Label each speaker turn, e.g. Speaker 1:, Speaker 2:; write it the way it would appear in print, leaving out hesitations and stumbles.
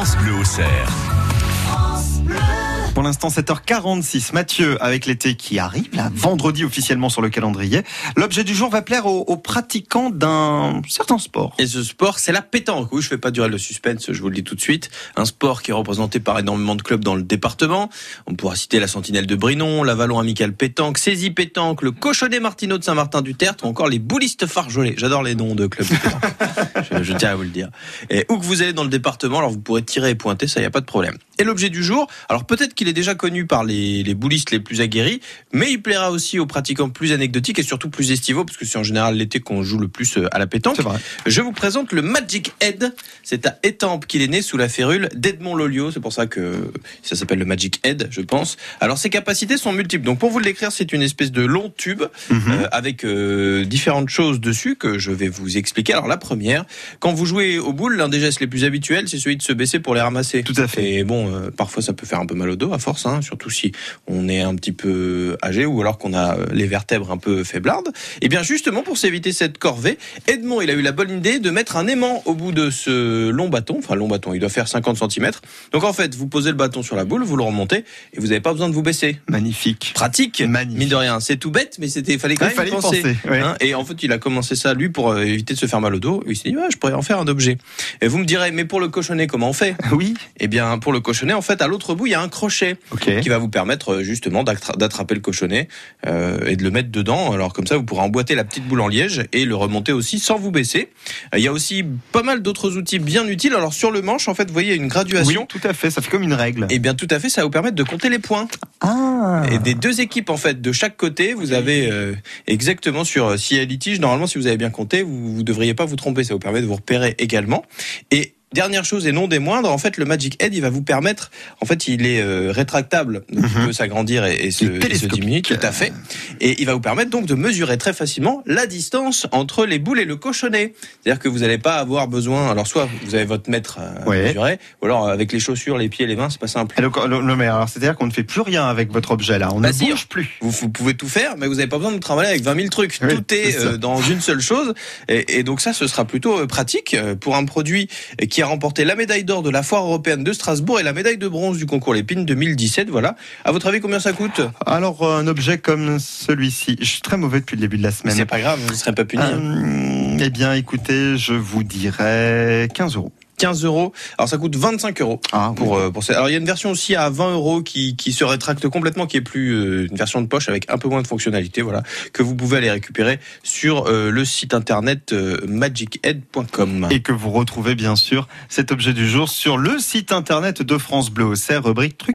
Speaker 1: France Bleu Auxerre.
Speaker 2: Pour l'instant, 7h46. Mathieu, avec l'été qui arrive, là, vendredi officiellement sur le calendrier, l'objet du jour va plaire aux pratiquants d'un certain sport.
Speaker 3: Et ce sport, c'est la pétanque. Oui, je fais pas durer le suspense, je vous le dis tout de suite. Un sport qui est représenté par énormément de clubs dans le département. On pourra citer la Sentinelle de Brinon, la Vallon Amical Pétanque, Saisie Pétanque, le Cochonnet Martineau de Saint-Martin-du-Tertre ou encore les Boulistes Farjolais. J'adore les noms de clubs de pétanque. je tiens à vous le dire. Et où que vous allez dans le département, alors vous pourrez tirer et pointer, ça y a pas de problème. Et l'objet du jour, alors peut-être qu'il est déjà connu par les boulistes les plus aguerris, mais il plaira aussi aux pratiquants plus anecdotiques et surtout plus estivaux, parce que c'est en général l'été qu'on joue le plus à la pétanque.
Speaker 2: C'est vrai.
Speaker 3: Je vous présente le Magic Head. C'est à Étampes qu'il est né sous la férule d'Edmond Loliot. C'est pour ça que ça s'appelle le Magic Head, je pense. Alors ses capacités sont multiples. Donc pour vous le décrire, c'est une espèce de long tube avec différentes choses dessus que je vais vous expliquer. Alors la première, quand vous jouez aux boules, l'un des gestes les plus habituels, c'est celui de se baisser pour les ramasser.
Speaker 2: Tout à fait.
Speaker 3: Et bon, parfois ça peut faire un peu mal au dos à force, surtout si on est un petit peu âgé ou alors qu'on a les vertèbres un peu faiblardes. Et bien justement, pour s'éviter cette corvée, Edmond, il a eu la bonne idée de mettre un aimant au bout de ce long bâton. Enfin, long bâton, il doit faire 50 cm. Donc en fait, vous posez le bâton sur la boule, vous le remontez et vous n'avez pas besoin de vous baisser.
Speaker 2: Magnifique.
Speaker 3: Pratique,
Speaker 2: Magnifique.
Speaker 3: mine de rien. C'est tout bête, mais fallait quand même y penser.
Speaker 2: Ouais.
Speaker 3: Et en fait, il a commencé ça, lui, pour éviter de se faire mal au dos. Il s'est dit, je pourrais en faire un objet. Et vous me direz, mais pour le cochonnet, comment on fait?
Speaker 2: Oui.
Speaker 3: Eh bien, pour le cochonnet, en fait, à l'autre bout, il y a un crochet qui va vous permettre justement d'attraper le cochonnet et de le mettre dedans. Alors comme ça, vous pourrez emboîter la petite boule en liège et le remonter aussi sans vous baisser. Il y a aussi pas mal d'autres outils bien utiles. Alors sur le manche, en fait, vous voyez, il y a une graduation.
Speaker 2: Oui, tout à fait. Ça fait comme une règle.
Speaker 3: Et bien tout à fait, ça va vous permettre de compter les points.
Speaker 2: Ah.
Speaker 3: Et des deux équipes, en fait, de chaque côté, vous avez exactement s'il y a litige, normalement, si vous avez bien compté, vous devriez pas vous tromper. Ça vous permet de vous repérer également. Et dernière chose et non des moindres, en fait, le Magic Head, il va vous permettre, en fait, il est rétractable, donc il peut s'agrandir et se diminuer, tout à fait. Et il va vous permettre donc de mesurer très facilement la distance entre les boules et le cochonnet. C'est-à-dire que vous n'allez pas avoir besoin, alors soit vous avez votre mètre à mesurer, ou alors avec les chaussures, les pieds, les mains, c'est pas simple.
Speaker 2: Non, mais alors, c'est-à-dire qu'on ne fait plus rien avec votre objet là, on ne bouge plus.
Speaker 3: Vous pouvez tout faire, mais vous n'avez pas besoin de travailler avec 20 000 trucs.
Speaker 2: Oui,
Speaker 3: tout est dans une seule chose. Et donc ça, ce sera plutôt pratique pour un produit qui a remporté la médaille d'or de la foire européenne de Strasbourg et la médaille de bronze du concours Lépine 2017. Voilà. À votre avis, combien ça coûte?
Speaker 2: Alors, un objet comme celui-ci, je suis très mauvais depuis le début de la semaine.
Speaker 3: C'est pas grave, vous ne serez pas puni.
Speaker 2: Eh bien, écoutez, je vous dirais 15 €.
Speaker 3: 15 €. Alors ça coûte 25 € pour ça. Alors il y a une version aussi à 20 € qui se rétracte complètement, qui est plus une version de poche avec un peu moins de fonctionnalités, voilà, que vous pouvez aller récupérer sur le site internet magichead.com.
Speaker 2: Et que vous retrouvez bien sûr cet objet du jour sur le site internet de France Bleu Auxerre, rubrique trucs.